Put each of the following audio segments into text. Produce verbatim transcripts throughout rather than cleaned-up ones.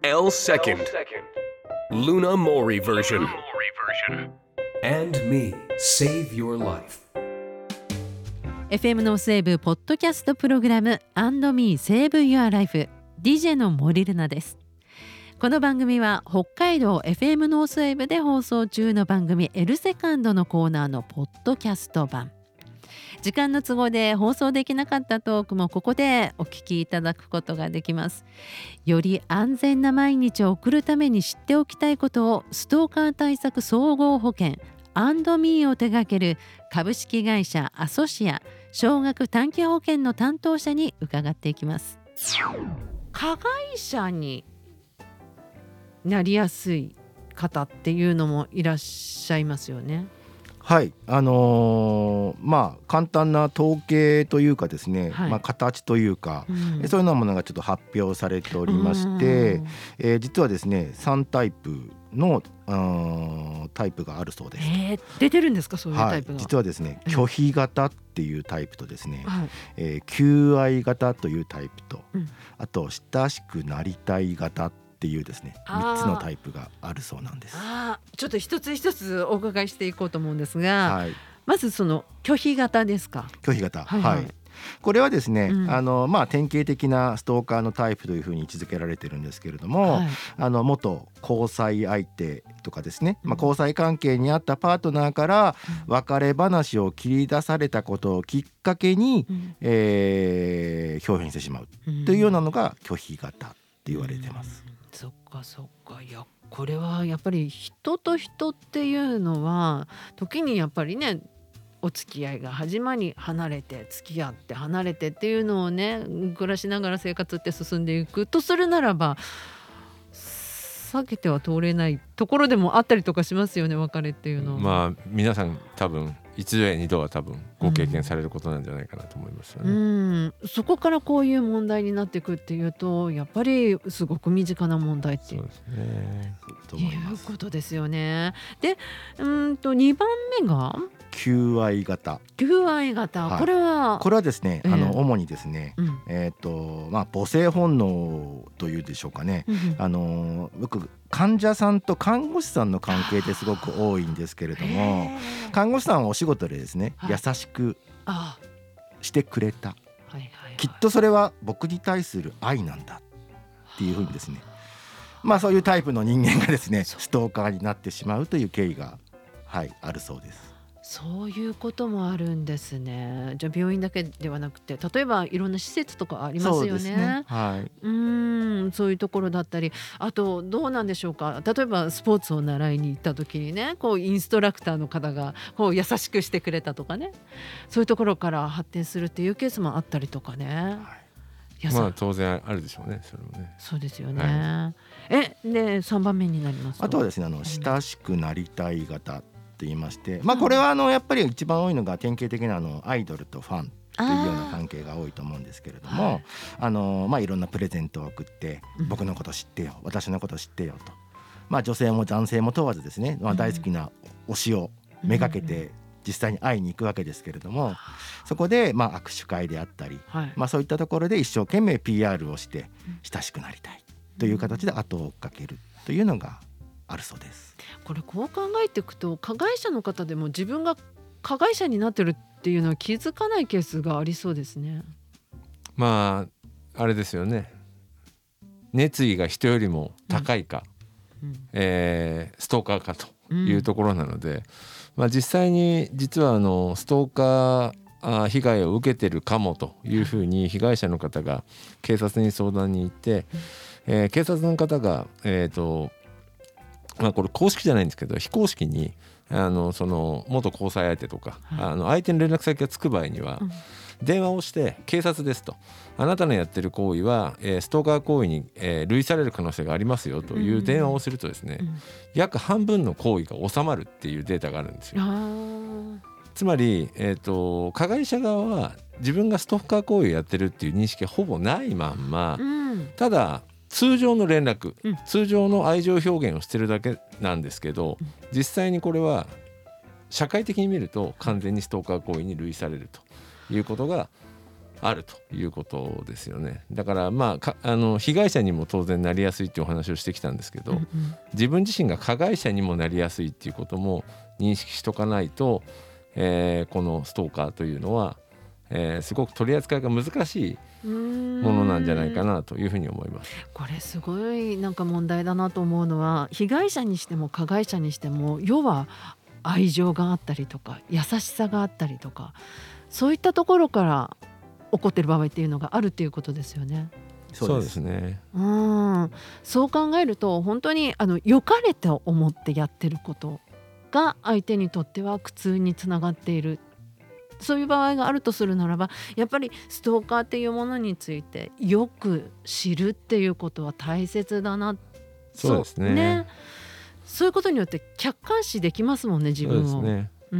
L second Luna Mori version and me save your life。 エフエム ノースウェーブポッドキャストプログラム and me save your life ディージェー の森ルナです。この番組は北海道 エフエム ノースウェーブで放送中の番組 L セカンドのコーナーのポッドキャスト版。時間の都合で放送できなかったトークもここでお聞きいただくことができます。より安全な毎日を送るために知っておきたいことをストーカー対策総合保険 and me を手掛ける株式会社アソシア少額短期保険の担当者に伺っていきます。加害者になりやすい方っていうのもいらっしゃいますよね。 はい、あのー、まあ簡単な統計というかですね、はい、まあ、形というか、うん、そういうようなものがちょっと発表されておりまして、えー、実はですねさんタイプのタイプがあるそうです。 えー、出てるんですか、そういうタイプが。 はい、実はですね拒否型っていうタイプとですね、はい、えー、求愛型というタイプと、うん、あと親しくなりたい型っていうですねみっつのタイプがあるそうなんです。 あ、ちょっと一つ一つお伺いしていこうと思うんですが、はい、まずその拒否型ですか。 拒否型、はいはいはい、これはですね、うん、あのまあ、典型的なストーカーのタイプというふうに位置づけられてるんですけれども、はい、あの元交際相手とかですね、まあ、交際関係にあったパートナーから別れ話を切り出されたことをきっかけに、うん、えー、表現してしまうというようなのが拒否型って言われてます。 うん、そっかそっか。いや、これはやっぱり人と人っていうのは時にやっぱりねお付き合いが始まり離れて付き合って離れてっていうのをね暮らしながら生活って進んでいくとするならば避けては通れないところでもあったりとかしますよね、別れっていうのは。 まあ皆さん多分一度や二度は多分ご経験されることなんじゃないかなと思いますよね。 うんうん、そこからこういう問題になっていくっていうとやっぱりすごく身近な問題っていう、そうですね、いうことですよね。で、うんとにばんめが求愛型。 求愛型、はい、これはこれはですね、えー、あの主にですね、うん、えっとまあ母性本能というでしょうかね、うん、あのよく患者さんと看護師さんの関係ってすごく多いんですけれども、看護師さんはお仕事でですね、はい、優しくしてくれた、はいはいはい、きっとそれは僕に対する愛なんだっていうふうにですね、まあそういうタイプの人間がですねストーカーになってしまうという経緯が、はい、あるそうです。 そういうこともあるんですね。じゃあ病院だけではなくて例えばいろんな施設とかありますよね。 そうですね、はい、 うーん、そういうところだったり、あとどうなんでしょうか、例えばスポーツを習いに行った時にねこうインストラクターの方がこう優しくしてくれたとかね、そういうところから発展するっていうケースもあったりとかね、 はい、まあ当然あるでしょうね、それもね。 そうですよね、 はい、えでさんばんめになりますとあとはですねあの親しくなりたい型と言いまして、まあ、これはあのやっぱり一番多いのが典型的なあのアイドルとファンというような関係が多いと思うんですけれども、はい、あのまあいろんなプレゼントを送って僕のこと知ってよ、私のこと知ってよと、まあ女性も男性も問わずですね、まあ、大好きな推しをめがけて実際に会いに行くわけですけれども、そこでまあ握手会であったり、はい、まあそういったところで一生懸命 ピーアール をして親しくなりたいという形で後を追っかけるというのがあるそうです。 これこう考えていくと加害者の方でも自分が加害者になってるっていうのは気づかないケースがありそうですね。 まああれですよね、熱意が人よりも高いか、うん、えー、ストーカーかというところなので、うん、まあ、実際に実はあのストーカー被害を受けてるかもというふうに被害者の方が警察に相談に行って、えー、警察の方が、えーとまあ、これ公式じゃないんですけど非公式にあのその元交際相手とか、はい、あの相手の連絡先がつく場合には、うん、電話をして警察ですと、あなたのやってる行為は、えー、ストーカー行為に、えー、類される可能性がありますよという電話をするとですね、うん、約半分の行為が収まるっていうデータがあるんですよ。つまり、えーと、加害者側は自分がストーカー行為をやってるっていう認識がほぼないまんま、うん、ただ通常の連絡、うん、通常の愛情表現をしてるだけなんですけど、うん、実際にこれは社会的に見ると完全にストーカー行為に類されるということがあるということですよね。だからまあかあの被害者にも当然なりやすいっていうお話をしてきたんですけど、うんうん、自分自身が加害者にもなりやすいっていうことも認識しとかないと、えー、このストーカーというのは、えー、すごく取り扱いが難しいものなんじゃないかなというふうに思います。 これすごいなんか問題だなと思うのは、被害者にしても加害者にしても要は愛情があったりとか優しさがあったりとか、そういったところから起こっている場合っていうのがあるっていうことですよね。 そうですね。 うん、そう考えると本当にあの良かれと思ってやってることが相手にとっては苦痛につながっている、そういう場合があるとするならば、やっぱりストーカーっていうものについてよく知るっていうことは大切だな。 そうですね。 ね、そういうことによって客観視できますもんね、自分を。 そうですね。 うん、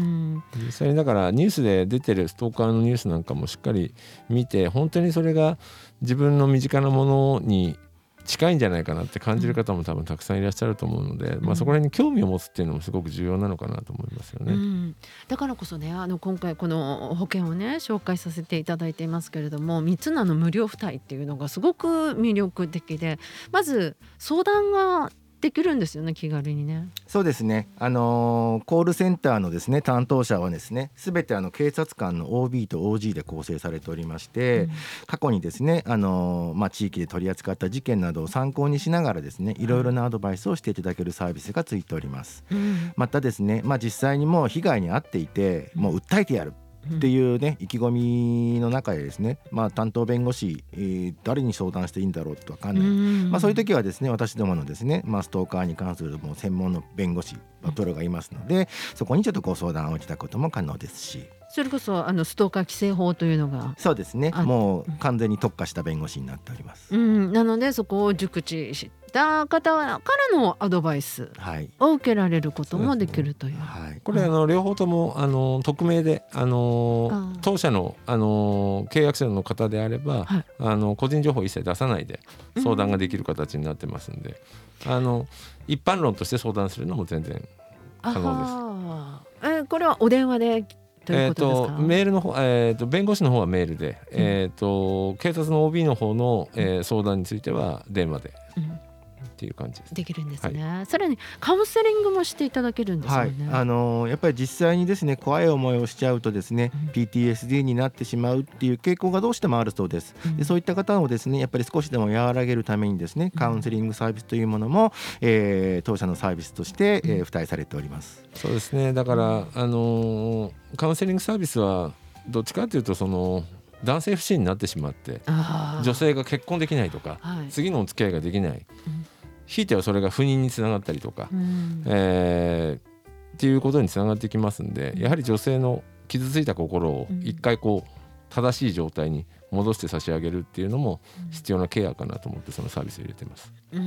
実際にだからニュースで出てるストーカーのニュースなんかもしっかり見て、本当にそれが自分の身近なものに近いんじゃないかなって感じる方も多分たくさんいらっしゃると思うので、うん、まあ、そこら辺に興味を持つっていうのもすごく重要なのかなと思いますよね。うん、 だからこそね、あの今回この保険をね紹介させていただいていますけれども、みっつのあの無料付帯っていうのがすごく魅力的で、まず相談ができるんですよね、気軽にね。 そうですね、あのー、コールセンターのですね担当者はですね、すべてあの警察官の オービー と オージー で構成されておりまして、うん、過去にですね、あのーまあ、地域で取り扱った事件などを参考にしながらですね、いろいろなアドバイスをしていただけるサービスがついております、うん、またですね、まあ、実際にもう被害に遭っていて、もう訴えてやるっていうね、意気込みの中でですね、まあ、担当弁護士、えー、誰に相談していいんだろうと分かんない、まあ、そういう時はですね、私どものですね、まあ、ストーカーに関するもう専門の弁護士プロがいますので、そこにちょっとご相談をいただくことも可能ですし、 それこそあのストーカー規制法というのが、 そうですね、もう完全に特化した弁護士になっております、 うん、なのでそこを熟知した方からのアドバイスを受けられることもできるという、 はいはい、 これあの両方ともあの匿名で、あの当社の、あの契約者の方であれば、はい、あの個人情報一切出さないで相談ができる形になってますんで、うん、あの一般論として相談するのも全然可能です。えこれはお電話でということですか？ えーとメールの方、えーと弁護士の方はメールで、うん、えーと警察の オービー の方の、えー、相談については電話で、うん、っていう感じです。 できるんですね、はい、さらにカウンセリングもしていただけるんですよね、 はい、あのー、やっぱり実際にですね、怖い思いをしちゃうとですね、うん、ピーティーエスディー になってしまうっていう傾向がどうしてもあるそうです、うん、でそういった方をですね、やっぱり少しでも和らげるためにですね、カウンセリングサービスというものも、えー、当社のサービスとして、えー、付帯されております。 そうですね、だから、あのー、カウンセリングサービスはどっちかというとその男性不信になってしまって、女性が結婚できないとか、はい、次のお付き合いができない、うん、ひいてはそれが不妊につながったりとか、うんえー、っていうことにつながってきますんで、やはり女性の傷ついた心を一回こう正しい状態に戻して差し上げるっていうのも必要なケアかなと思ってそのサービスを入れてます。 うん、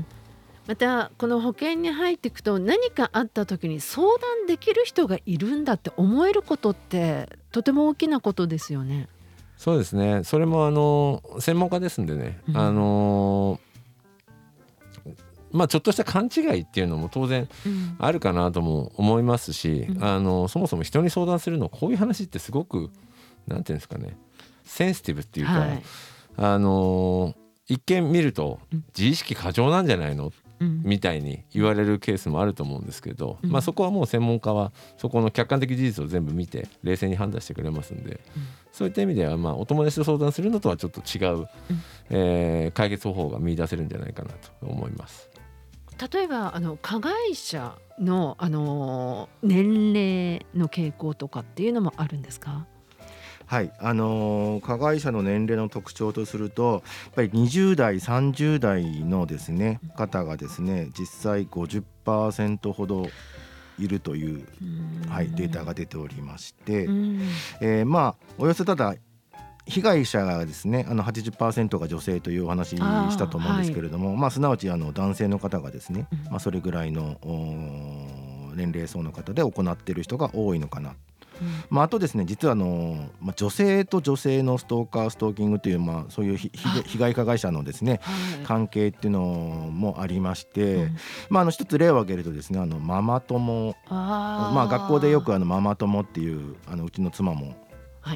またこの保険に入っていくと、何かあった時に相談できる人がいるんだって思えることってとても大きなことですよね。 そうですね、それもあの専門家ですんでね、うん、あのまあ、ちょっとした勘違いっていうのも当然あるかなとも思いますし、うん、あのそもそも人に相談するの、こういう話ってすごくなんていうんですかね、センシティブっていうか、はい、あの一見見ると自意識過剰なんじゃないの、うん、みたいに言われるケースもあると思うんですけど、うんまあ、そこはもう専門家はそこの客観的事実を全部見て冷静に判断してくれますんで、うん、そういった意味ではまあお友達と相談するのとはちょっと違う、うんえー、解決方法が見出せるんじゃないかなと思います。 例えばあの加害者の、あの年齢の傾向とかっていうのもあるんですか？ はい、あのー、加害者の年齢の特徴とすると、やっぱりにじゅう代さんじゅう代のですね方がですね、実際 ごじゅっパーセント ほどいるという、はい、データが出ておりまして、えー、まあおよそただ被害者がですね、あの はちじゅっパーセント が女性というお話したと思うんですけれども、はいまあ、すなわちあの男性の方がですね、まあ、それぐらいの年齢層の方で行っている人が多いのかな。うんまあ、あとですね、実はあの、まあ、女性と女性のストーカーストーキングという、まあ、そういう被害加害者のですね、はい、関係っていうのもありまして、うんまあ、あの一つ例を挙げるとですね、あのママ友、あ、まあ、学校でよくあのママ友っていうあのうちの妻も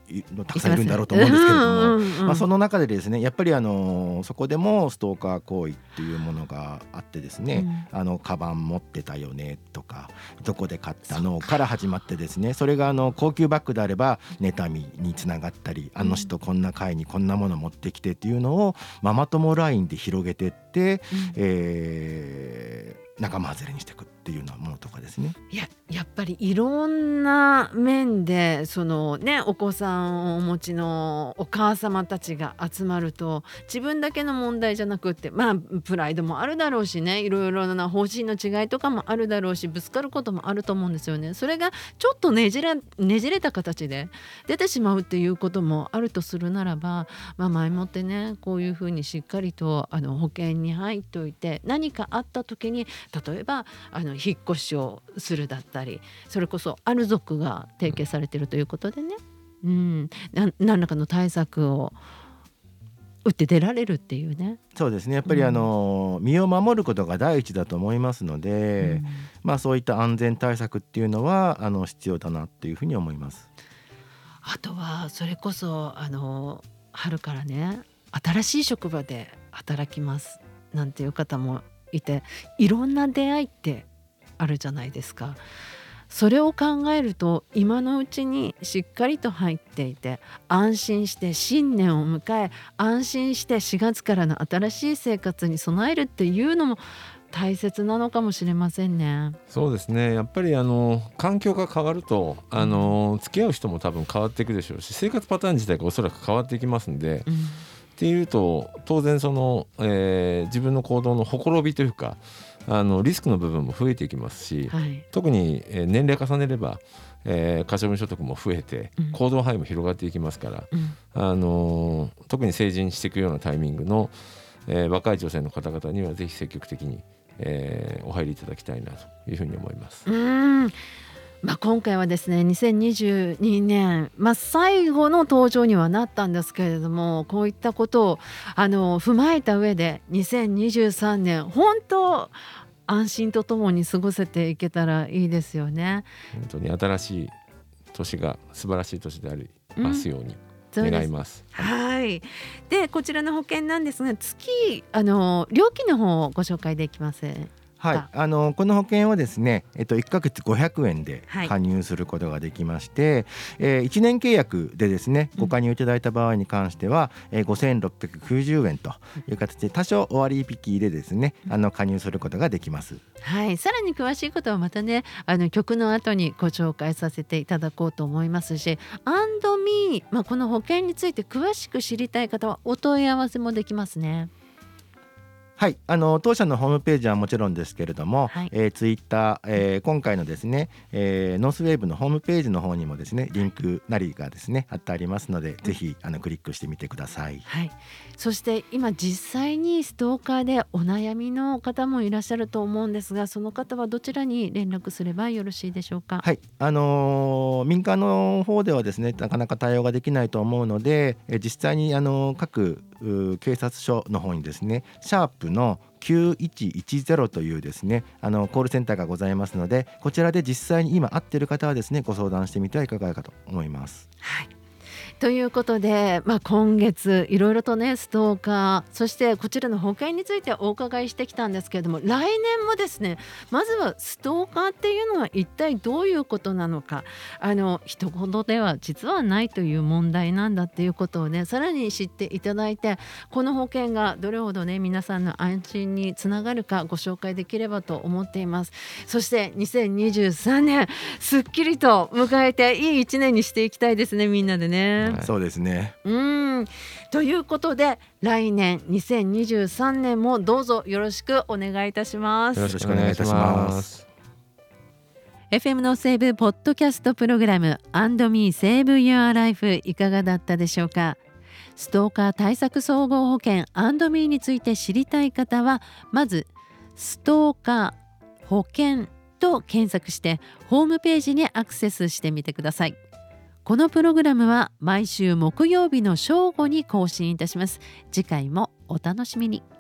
たくさんいるんだろうと思うんですけれども、 うんうんうん、 まあ、その中でですねやっぱりあのそこでもストーカー行為っていうものがあってですね、うん、あのカバン持ってたよねとかどこで買ったのから始まってですね、それがあの高級バッグであれば妬みにつながったり、あの人こんな会にこんなもの持ってきてっていうのをママ友ラインで広げてって、うん、えー仲間外れにしていくっていうようなものとかですね。 いや、やっぱりいろんな面でその、ね、お子さんをお持ちのお母様たちが集まると自分だけの問題じゃなくって、まあ、プライドもあるだろうしね、いろいろな方針の違いとかもあるだろうし、ぶつかることもあると思うんですよね。それがちょっとねじれ、ねじれた形で出てしまうっていうこともあるとするならば、まあ、前もってねこういうふうにしっかりとあの保険に入っておいて、何かあった時に例えばあの引っ越しをするだったり、それこそアル族が提携されているということでね、うん、な何らかの対策を打って出られるっていうね。 そうですね、やっぱりあの、うん、身を守ることが第一だと思いますので、うん、まあ、そういった安全対策っていうのはあの必要だなっていうふうに思います。 あとはそれこそあの春からね新しい職場で働きますなんていう方もいて、いろんな出会いってあるじゃないですか。それを考えると今のうちにしっかりと入っていて、安心して新年を迎え、安心してしがつからの新しい生活に備えるっていうのも大切なのかもしれませんね。 そうですね、やっぱりあの環境が変わるとあの付き合う人も多分変わっていくでしょうし、生活パターン自体がおそらく変わっていきますんで、うん、っていうと当然その、えー、自分の行動のほころびというかあのリスクの部分も増えていきますし、はい、特に年齢重ねれば、えー、可処分所得も増えて、うん、行動範囲も広がっていきますから、うん、あの特に成人していくようなタイミングの、えー、若い女性の方々にはぜひ積極的に、えー、お入りいただきたいなというふうに思います。 うーん、まあ、今回はですねにせんにじゅうにねん、まあ、最後の登場にはなったんですけれども、こういったことをあの踏まえた上でにせんにじゅうさんねん本当安心とともに過ごせていけたらいいですよね。 本当に新しい年が素晴らしい年でありますように願います。 うん、はい。でこちらの保険なんですが、月あの料金の方をご紹介できます。 はい、あのこの保険はですね、えっと、いっかげつごひゃくえんで加入することができまして、はい、えー、いちねん契約でですねご加入いただいた場合に関しては、うん、えー、ごせんろっぴゃくきゅうじゅうえんという形で多少お割引でですね、あの加入することができます。 はい、さらに詳しいことはまたねあの曲の後にご紹介させていただこうと思いますし、アンドミー、まあ、この保険について詳しく知りたい方はお問い合わせもできますね。 はい、あの当社のホームページはもちろんですけれども、はい、えー、ツイッター、えー、今回のですね、えー、ノースウェーブのホームページの方にもですねリンクなりがですね貼ってありますので、ぜひあのクリックしてみてください。 はい、そして今実際にストーカーでお悩みの方もいらっしゃると思うんですが、その方はどちらに連絡すればよろしいでしょうか。 はい、あのー、民間の方ではですねなかなか対応ができないと思うので、え実際にあの各警察署の方にですねシャープのきゅういちいちゼロというですねあのコールセンターがございますので、こちらで実際に今会っている方はですねご相談してみてはいかがかと思います。 はい、ということで、まあ、今月いろいろとねストーカー、そしてこちらの保険についてお伺いしてきたんですけれども、来年もですねまずはストーカーっていうのは一体どういうことなのか、あの一言では実はないという問題なんだっていうことをねさらに知っていただいて、この保険がどれほどね皆さんの安心につながるかご紹介できればと思っています。そしてにせんにじゅうさんねんすっきりと迎えていいいちねんにしていきたいですね、みんなでね。 はい、そうですね。 うんということで来年にせんにじゅうさんねんもどうぞよろしくお願いいたします。 よろしくお願いいたします。 エフエム のセーブポッドキャストプログラム アンドミー セーブ Your Life いかがだったでしょうか。ストーカー対策総合保険 アンドミー について知りたい方はまずストーカー保険と検索してホームページにアクセスしてみてください。このプログラムは毎週木曜日の正午に更新いたします。次回もお楽しみに。